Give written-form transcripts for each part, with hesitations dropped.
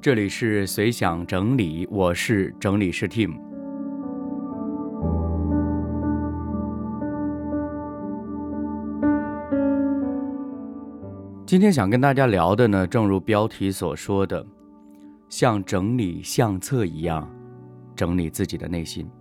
这里是随想整理，我是整理师 Tim。今天想跟大家聊的呢，正如标题所说的，像整理相册一样整理自己的内心。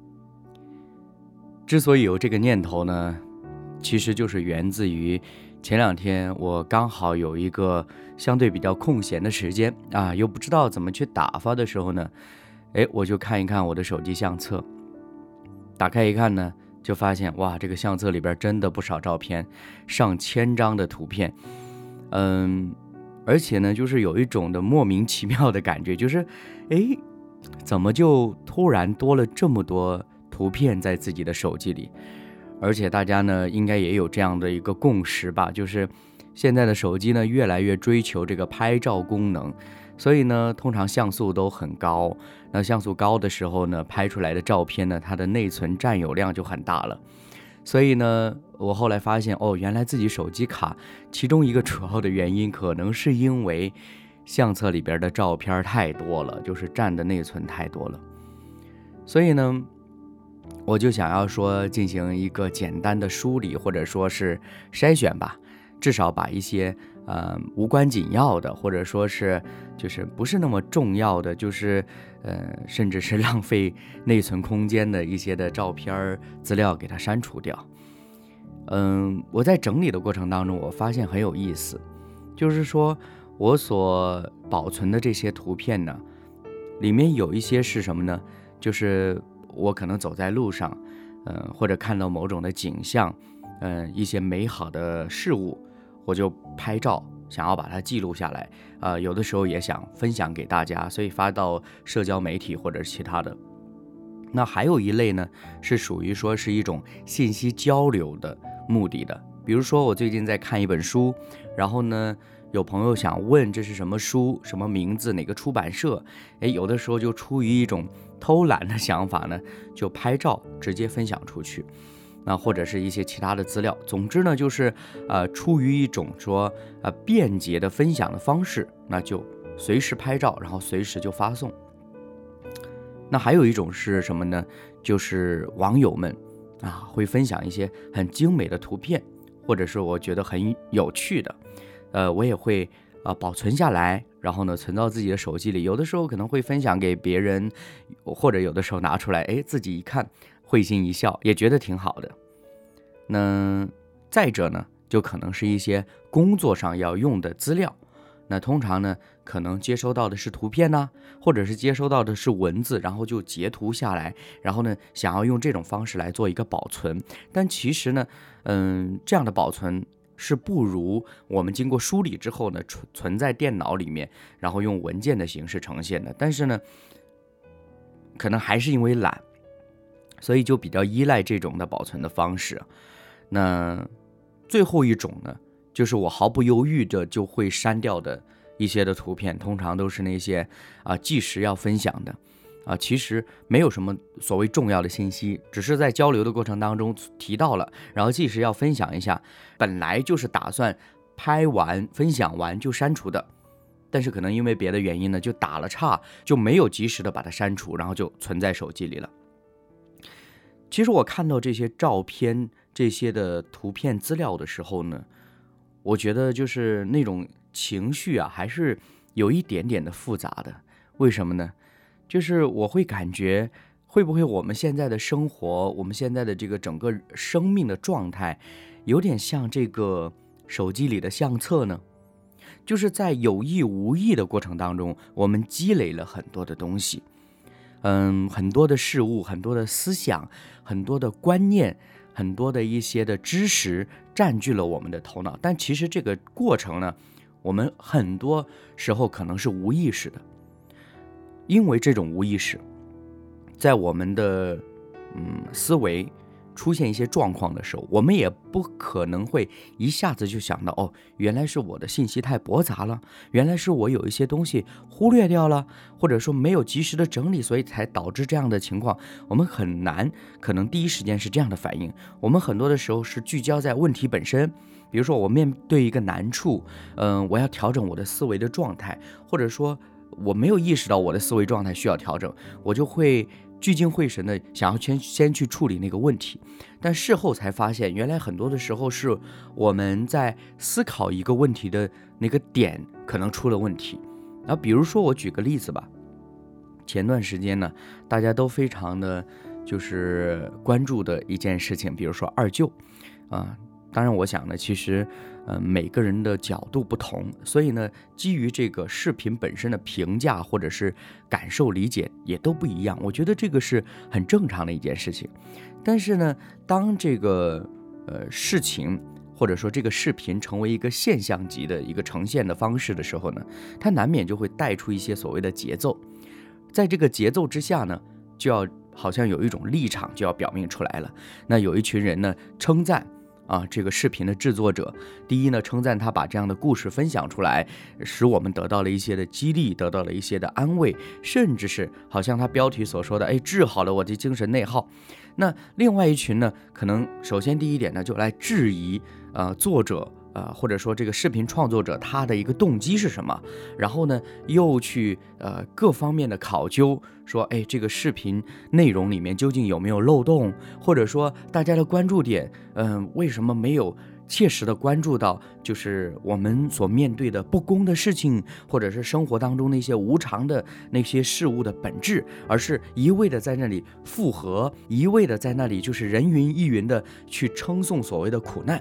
之所以有这个念头呢，其实就是源自于前2天我刚好有一个相对比较空闲的时间啊，又不知道怎么去打发的时候呢，我就看一看我的手机相册。打开一看呢，就发现哇，这个相册里边真的不少照片，上千张的图片。而且呢，就是有一种的莫名其妙的感觉，就是怎么就突然多了这么多图片在自己的手机里。而且大家呢应该也有这样的一个共识吧，就是现在的手机呢越来越追求这个拍照功能，所以呢通常像素都很高。那像素高的时候呢，拍出来的照片呢，它的内存占有量就很大了。所以呢，我后来发现原来自己手机卡其中一个主要的原因，可能是因为相册里边的照片太多了，就是占的内存太多了。所以呢，我就想要说进行一个简单的梳理，或者说是筛选吧，至少把一些无关紧要的，或者说是就是不是那么重要的，就是甚至是浪费内存空间的一些的照片资料给它删除掉。我在整理的过程当中，我发现很有意思，就是说我所保存的这些图片呢，里面有一些是什么呢？就是我可能走在路上，或者看到某种的景象，一些美好的事物，我就拍照，想要把它记录下来，有的时候也想分享给大家，所以发到社交媒体或者是其他的。那还有一类呢，是属于说是一种信息交流的目的的，比如说我最近在看一本书，然后呢，有朋友想问这是什么书，什么名字，哪个出版社，有的时候就出于一种偷懒的想法呢，就拍照直接分享出去，那或者是一些其他的资料。总之呢，就是出于一种说便捷的分享的方式，那就随时拍照，然后随时就发送。那还有一种是什么呢？就是网友们会分享一些很精美的图片，或者是我觉得很有趣的，我也会保存下来，然后呢存到自己的手机里。有的时候可能会分享给别人，或者有的时候拿出来，自己一看会心一笑，也觉得挺好的。那再者呢，就可能是一些工作上要用的资料。那通常呢，可能接收到的是图片呢，或者是接收到的是文字，然后就截图下来，然后呢，想要用这种方式来做一个保存。但其实呢，这样的保存是不如我们经过梳理之后呢，存在电脑里面，然后用文件的形式呈现的。但是呢，可能还是因为懒，所以就比较依赖这种的保存的方式。那最后一种呢，就是我毫不犹豫的就会删掉的一些的图片，通常都是那些即时要分享的其实没有什么所谓重要的信息，只是在交流的过程当中提到了，然后即时要分享一下，本来就是打算拍完分享完就删除的，但是可能因为别的原因呢，就打了岔，就没有及时的把它删除，然后就存在手机里了。其实我看到这些照片这些的图片资料的时候呢，我觉得就是那种情绪还是有一点点的复杂的。为什么呢？就是我会感觉，会不会我们现在的生活，我们现在的这个整个生命的状态，有点像这个手机里的相册呢？就是在有意无意的过程当中，我们积累了很多的东西，很多的事物，很多的思想，很多的观念，很多的一些的知识占据了我们的头脑。但其实这个过程呢，我们很多时候可能是无意识的，因为这种无意识，在我们的思维出现一些状况的时候，我们也不可能会一下子就想到原来是我的信息太驳杂了，原来是我有一些东西忽略掉了，或者说没有及时的整理，所以才导致这样的情况。我们很难可能第一时间是这样的反应，我们很多的时候是聚焦在问题本身。比如说我面对一个难处，我要调整我的思维的状态，或者说我没有意识到我的思维状态需要调整，我就会聚精会神的想要先去处理那个问题，但事后才发现，原来很多的时候是我们在思考一个问题的那个点可能出了问题。然后比如说我举个例子吧，前段时间呢，大家都非常的就是关注的一件事情，比如说二舅当然我想呢，其实每个人的角度不同，所以呢，基于这个视频本身的评价或者是感受理解也都不一样，我觉得这个是很正常的一件事情。但是呢，当这个事情或者说这个视频成为一个现象级的一个呈现的方式的时候呢，它难免就会带出一些所谓的节奏，在这个节奏之下呢，就要好像有一种立场就要表明出来了。那有一群人呢称赞这个视频的制作者，第一呢，称赞他把这样的故事分享出来，使我们得到了一些的激励，得到了一些的安慰，甚至是好像他标题所说的，治好了我的精神内耗。那另外一群呢，可能首先第一点呢，就来质疑作者或者说这个视频创作者他的一个动机是什么，然后呢又去各方面的考究，说这个视频内容里面究竟有没有漏洞，或者说大家的关注点为什么没有切实的关注到就是我们所面对的不公的事情，或者是生活当中那些无常的那些事物的本质，而是一味的在那里附和，一味的在那里就是人云亦云的去称颂所谓的苦难。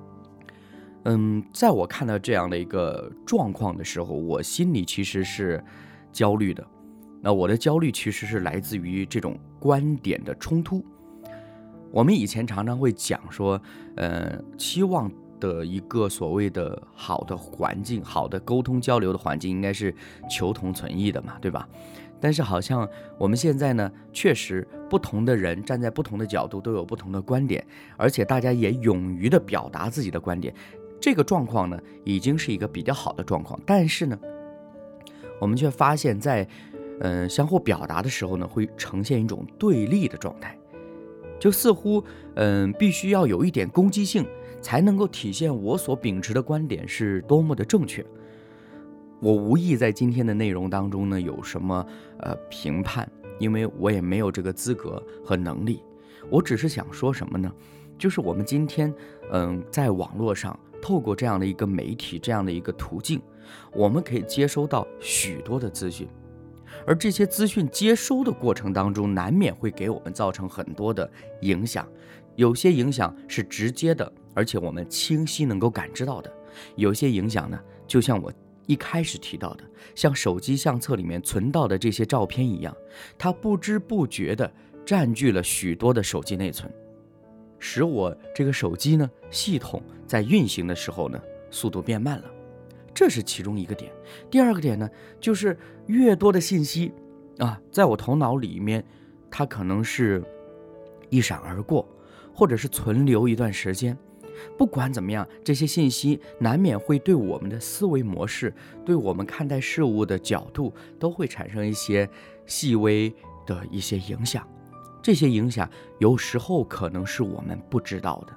在我看到这样的一个状况的时候，我心里其实是焦虑的。那我的焦虑其实是来自于这种观点的冲突。我们以前常常会讲说，期望的一个所谓的好的环境，好的沟通交流的环境，应该是求同存异的嘛，对吧？但是好像我们现在呢，确实不同的人站在不同的角度都有不同的观点，而且大家也勇于的表达自己的观点。这个状况呢，已经是一个比较好的状况，但是呢，我们却发现在相互表达的时候呢，会呈现一种对立的状态，就似乎必须要有一点攻击性，才能够体现我所秉持的观点是多么的正确。我无意在今天的内容当中呢有什么评判，因为我也没有这个资格和能力。我只是想说什么呢？就是我们今天在网络上透过这样的一个媒体，这样的一个途径，我们可以接收到许多的资讯，而这些资讯接收的过程当中，难免会给我们造成很多的影响。有些影响是直接的，而且我们清晰能够感知到的；有些影响呢，就像我一开始提到的，像手机相册里面存到的这些照片一样，它不知不觉地占据了许多的手机内存，使我这个手机呢系统在运行的时候呢速度变慢了，这是其中一个点。第二个点呢，就是越多的信息在我头脑里面，它可能是一闪而过，或者是存留一段时间。不管怎么样，这些信息难免会对我们的思维模式，对我们看待事物的角度，都会产生一些细微的一些影响。这些影响有时候可能是我们不知道的。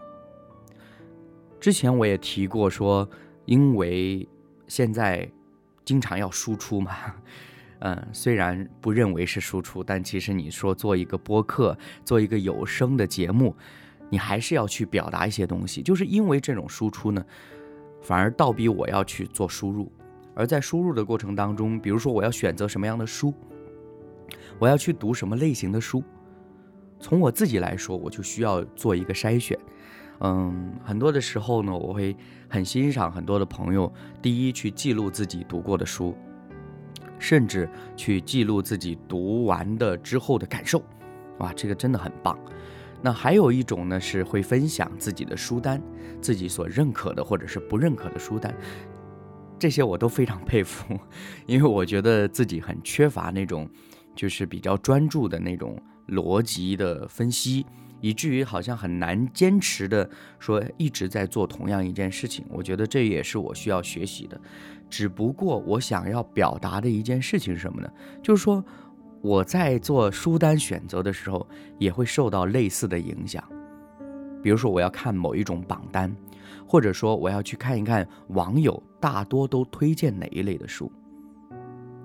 之前我也提过说，因为现在经常要输出嘛，虽然不认为是输出，但其实你说做一个播客，做一个有声的节目，你还是要去表达一些东西。就是因为这种输出呢，反而倒逼我要去做输入。而在输入的过程当中，比如说我要选择什么样的书，我要去读什么类型的书，从我自己来说，我就需要做一个筛选。很多的时候呢，我会很欣赏很多的朋友，第一去记录自己读过的书，甚至去记录自己读完的之后的感受。哇，这个真的很棒。那还有一种呢，是会分享自己的书单，自己所认可的或者是不认可的书单，这些我都非常佩服，因为我觉得自己很缺乏那种就是比较专注的那种逻辑的分析，以至于好像很难坚持的说一直在做同样一件事情。我觉得这也是我需要学习的。只不过我想要表达的一件事情是什么呢？就是说我在做书单选择的时候，也会受到类似的影响。比如说我要看某一种榜单，或者说我要去看一看网友大多都推荐哪一类的书。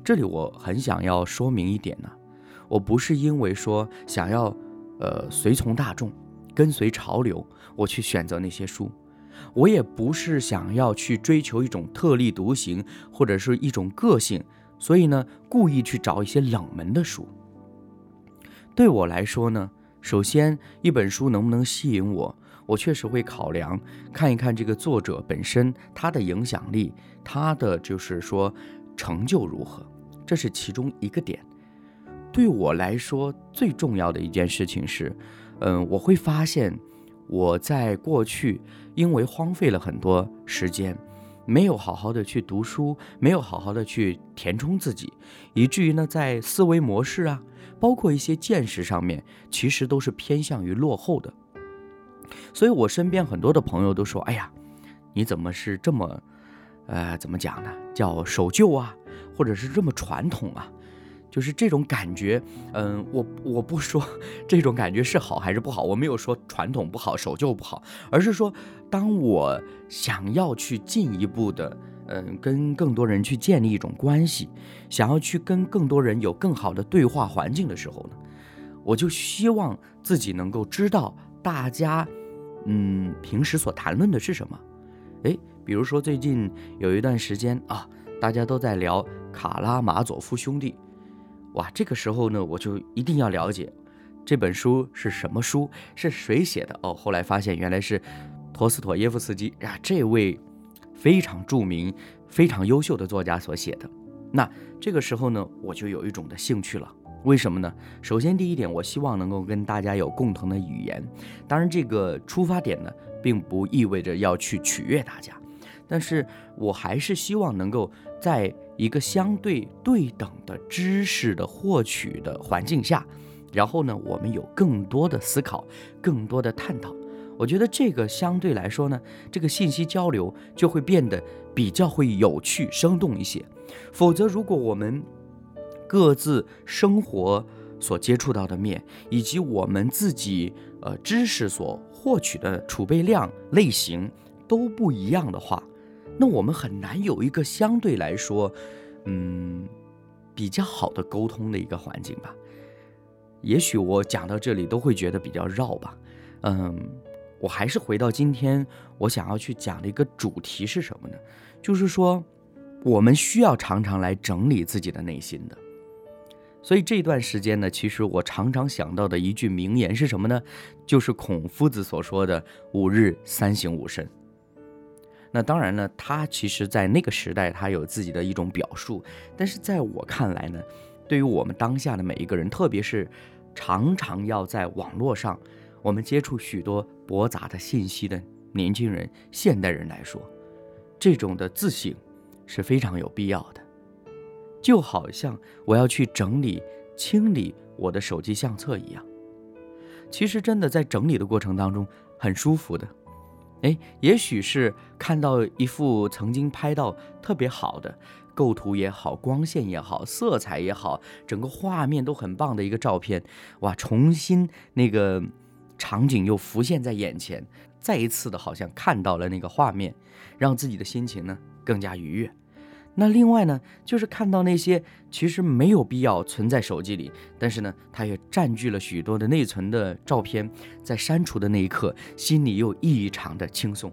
这里我很想要说明一点呢，我不是因为说想要随从大众，跟随潮流，我去选择那些书，我也不是想要去追求一种特立独行或者是一种个性，所以呢故意去找一些冷门的书。对我来说呢，首先一本书能不能吸引我，我确实会考量看一看这个作者本身他的影响力，他的就是说成就如何，这是其中一个点。对我来说最重要的一件事情是我会发现我在过去因为荒废了很多时间，没有好好的去读书，没有好好的去填充自己，以至于呢在思维模式啊，包括一些见识上面，其实都是偏向于落后的。所以我身边很多的朋友都说，哎呀，你怎么是这么怎么讲呢，叫守旧啊，或者是这么传统啊，就是这种感觉。我不说这种感觉是好还是不好，我没有说传统不好，守旧不好，而是说当我想要去进一步的跟更多人去建立一种关系，想要去跟更多人有更好的对话环境的时候呢，我就希望自己能够知道大家平时所谈论的是什么。比如说最近有一段时间啊，大家都在聊卡拉马佐夫兄弟，哇，这个时候呢，我就一定要了解这本书是什么书，是谁写的。后来发现原来是陀思妥耶夫斯基啊，这位非常著名、非常优秀的作家所写的。那这个时候呢，我就有一种的兴趣了。为什么呢？首先第一点，我希望能够跟大家有共同的语言。当然这个出发点呢，并不意味着要去取悦大家，但是我还是希望能够在一个相对对等的知识的获取的环境下，然后呢，我们有更多的思考，更多的探讨。我觉得这个相对来说呢，这个信息交流就会变得比较会有趣生动一些。否则如果我们各自生活所接触到的面，以及我们自己知识所获取的储备量类型都不一样的话，那我们很难有一个相对来说比较好的沟通的一个环境吧。也许我讲到这里都会觉得比较绕吧。我还是回到今天我想要去讲的一个主题是什么呢？就是说我们需要常常来整理自己的内心的。所以这段时间呢，其实我常常想到的一句名言是什么呢？就是孔夫子所说的5日3省吾身。那当然呢，他其实在那个时代他有自己的一种表述，但是在我看来呢，对于我们当下的每一个人，特别是常常要在网络上我们接触许多驳杂的信息的年轻人、现代人来说，这种的自省是非常有必要的。就好像我要去整理、清理我的手机相册一样，其实真的在整理的过程当中很舒服的。也许是看到一幅曾经拍到特别好的构图也好、光线也好、色彩也好，整个画面都很棒的一个照片，哇，重新那个场景又浮现在眼前，再一次的好像看到了那个画面，让自己的心情呢更加愉悦。那另外呢，就是看到那些其实没有必要存在手机里，但是呢，它也占据了许多的内存的照片，在删除的那一刻，心里又异常的轻松。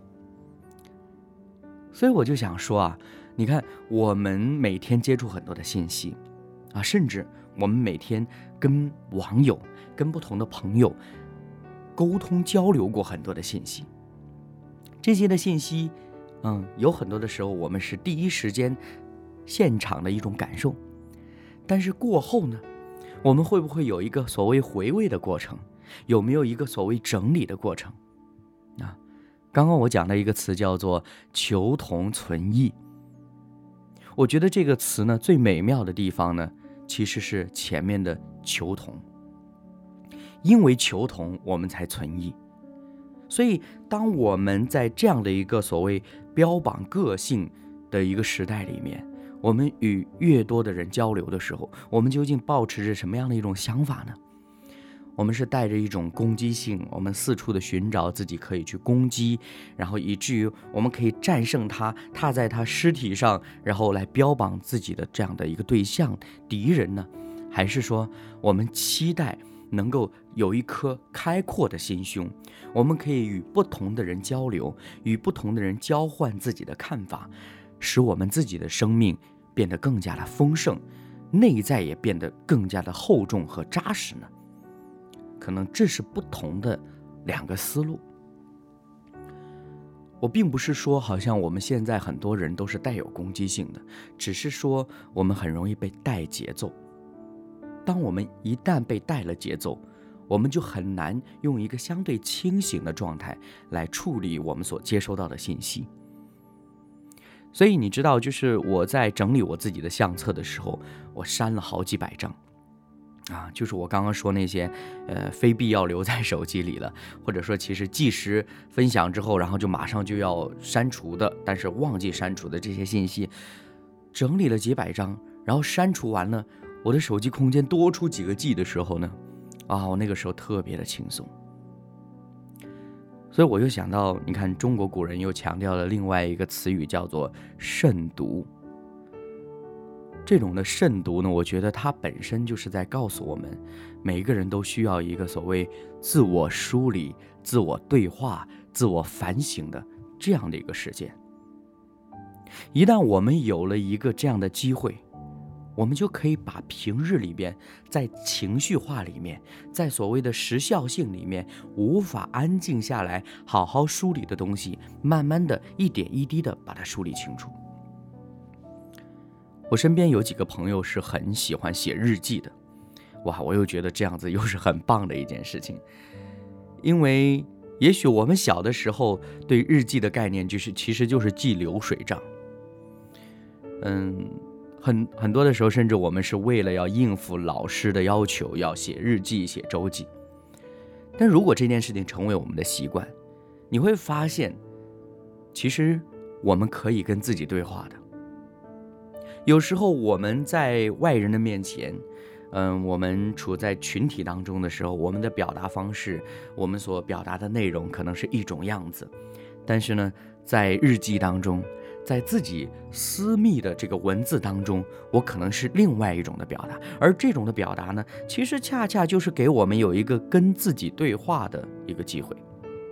所以我就想说啊，你看我们每天接触很多的信息啊，甚至我们每天跟网友、跟不同的朋友沟通交流过很多的信息，这些的信息有很多的时候我们是第一时间现场的一种感受，但是过后呢，我们会不会有一个所谓回味的过程？有没有一个所谓整理的过程？刚刚我讲的一个词叫做求同存异。我觉得这个词呢，最美妙的地方呢，其实是前面的求同，因为求同我们才存异。所以当我们在这样的一个所谓标榜个性的一个时代里面，我们与越多的人交流的时候，我们究竟抱持着什么样的一种想法呢？ 我们是带着一种攻击性，我们四处的寻找自己可以去攻击，然后以至于我们可以战胜他，踏在他尸体上，然后来标榜自己的这样的一个对象敌人呢？还是说我们期待能够有一颗开阔的心胸，我们可以与不同的人交流，与不同的人交换自己的看法，使我们自己的生命变得更加的丰盛，内在也变得更加的厚重和扎实呢？可能这是不同的两个思路。我并不是说好像我们现在很多人都是带有攻击性的，只是说我们很容易被带节奏。当我们一旦被带了节奏，我们就很难用一个相对清醒的状态来处理我们所接收到的信息。所以你知道，就是我在整理我自己的相册的时候，我删了好几百张就是我刚刚说那些非必要留在手机里了，或者说其实即时分享之后然后就马上就要删除的，但是忘记删除的这些信息，整理了几百张，然后删除完了，我的手机空间多出几个 G 的时候呢，我那个时候特别的轻松。所以我又想到，你看中国古人又强调了另外一个词语，叫做慎独。这种的慎独呢，我觉得它本身就是在告诉我们，每个人都需要一个所谓自我梳理、自我对话、自我反省的这样的一个时间。一旦我们有了一个这样的机会，我们就可以把平日里边在情绪化里面，在所谓的时效性里面无法安静下来好好梳理的东西，慢慢的一点一滴的把它梳理清楚。我身边有几个朋友是很喜欢写日记的，我又觉得这样子又是很棒的一件事情。因为也许我们小的时候对日记的概念其实就是记流水账，很多的时候甚至我们是为了要应付老师的要求要写日记写周记。但如果这件事情成为我们的习惯，你会发现其实我们可以跟自己对话的。有时候我们在外人的面前，我们处在群体当中的时候，我们的表达方式，我们所表达的内容可能是一种样子，但是呢，在日记当中，在自己私密的这个文字当中，我可能是另外一种的表达，而这种的表达呢，其实恰恰就是给我们有一个跟自己对话的一个机会。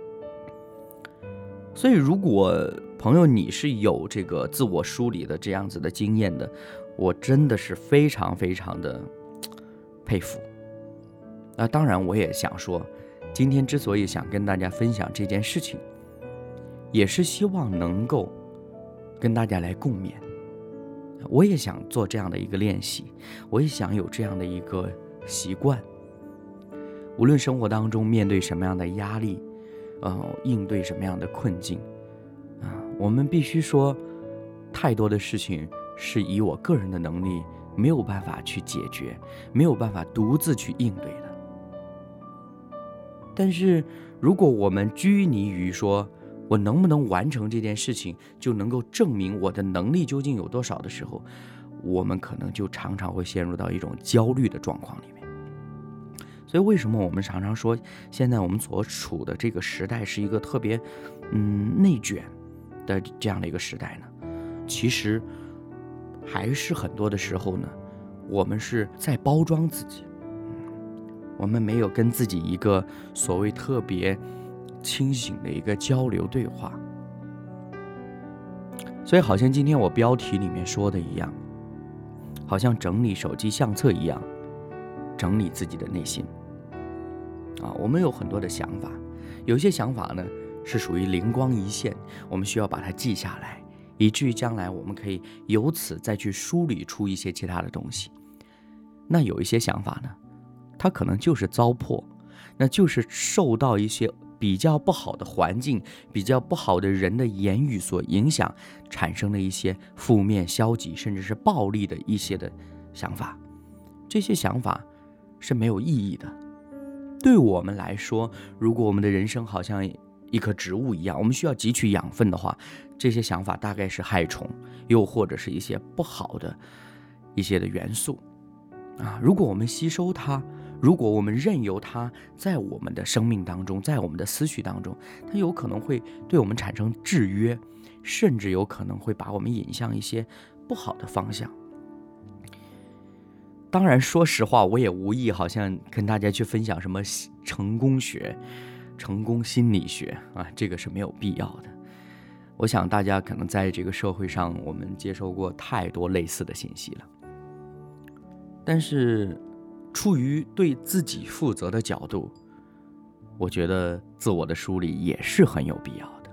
所以如果朋友你是有这个自我梳理的这样子的经验的，我真的是非常非常的佩服。当然我也想说，今天之所以想跟大家分享这件事情，也是希望能够跟大家来共勉。我也想做这样的一个练习，我也想有这样的一个习惯。无论生活当中面对什么样的压力，应对什么样的困境，我们必须说，太多的事情是以我个人的能力没有办法去解决，没有办法独自去应对的。但是如果我们拘泥于说我能不能完成这件事情，就能够证明我的能力究竟有多少的时候，我们可能就常常会陷入到一种焦虑的状况里面。所以为什么我们常常说现在我们所处的这个时代是一个特别内卷的这样的一个时代呢？其实还是很多的时候呢，我们是在包装自己，我们没有跟自己一个所谓特别清醒的一个交流对话。所以好像今天我标题里面说的一样，好像整理手机相册一样，整理自己的内心。我们有很多的想法，有些想法呢是属于灵光一现，我们需要把它记下来，以至于将来我们可以由此再去梳理出一些其他的东西。那有一些想法呢，它可能就是糟粕，那就是受到一些比较不好的环境，比较不好的人的言语所影响，产生了一些负面消极甚至是暴力的一些的想法。这些想法是没有意义的。对我们来说，如果我们的人生好像一棵植物一样，我们需要汲取养分的话，这些想法大概是害虫，又或者是一些不好的一些的元素。如果我们吸收它， 如果我们任由它在我们的生命当中，在我们的思绪当中，它有可能会对我们产生制约，甚至有可能会把我们引向一些不好的方向。当然说实话，我也无意好像跟大家去分享什么成功学、成功心理学啊，这个是没有必要的。我想大家可能在这个社会上，我们接受过太多类似的信息了。但是出于对自己负责的角度，我觉得自我的梳理也是很有必要的。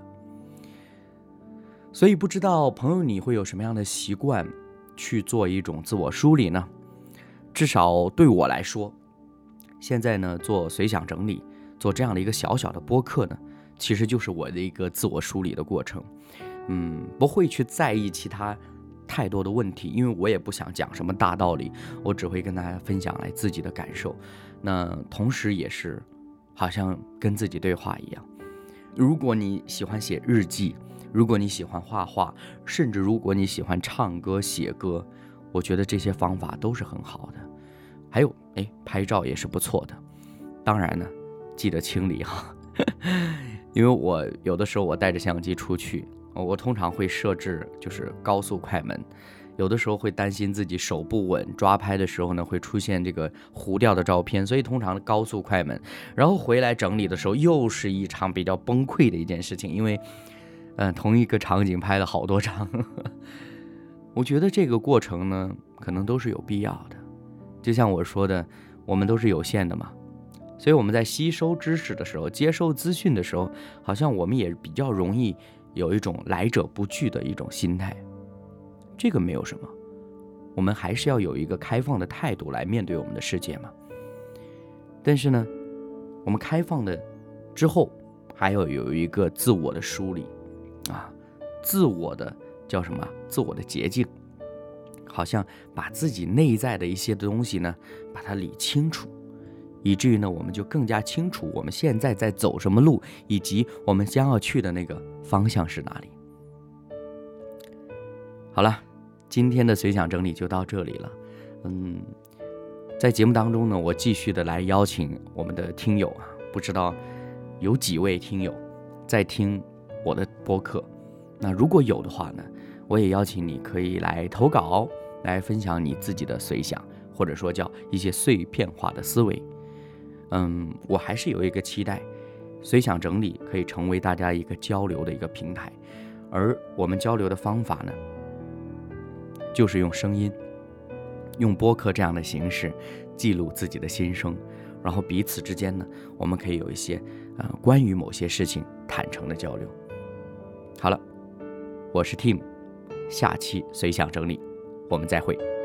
所以不知道朋友你会有什么样的习惯去做一种自我梳理呢？至少对我来说，现在呢做随想整理，做这样的一个小小的播客呢，其实就是我的一个自我梳理的过程。不会去在意其他太多的问题，因为我也不想讲什么大道理，我只会跟大家分享来自己的感受。那同时也是好像跟自己对话一样。如果你喜欢写日记，如果你喜欢画画，甚至如果你喜欢唱歌写歌，我觉得这些方法都是很好的。还有拍照也是不错的。当然呢，记得清理哈，因为我有的时候我带着相机出去，我通常会设置就是高速快门，有的时候会担心自己手不稳，抓拍的时候呢会出现这个糊掉的照片，所以通常高速快门，然后回来整理的时候又是一场比较崩溃的一件事情，因为同一个场景拍了好多张。我觉得这个过程呢可能都是有必要的，就像我说的，我们都是有限的嘛，所以我们在吸收知识的时候，接受资讯的时候，好像我们也比较容易有一种来者不拒的一种心态。这个没有什么，我们还是要有一个开放的态度来面对我们的世界嘛。但是呢，我们开放的之后，还要有一个自我的梳理啊，自我的叫什么？自我的洁净，好像把自己内在的一些东西呢，把它理清楚，以至于呢，我们就更加清楚我们现在在走什么路，以及我们将要去的那个方向是哪里。好了，今天的随想整理就到这里了。在节目当中呢，我继续的来邀请我们的听友啊，不知道有几位听友在听我的播客。那如果有的话呢，我也邀请你可以来投稿，来分享你自己的随想，或者说叫一些碎片化的思维。我还是有一个期待，随想整理可以成为大家一个交流的一个平台，而我们交流的方法呢，就是用声音，用播客这样的形式记录自己的心声，然后彼此之间呢，我们可以有一些关于某些事情坦诚的交流。好了，我是 Tim， 下期随想整理，我们再会。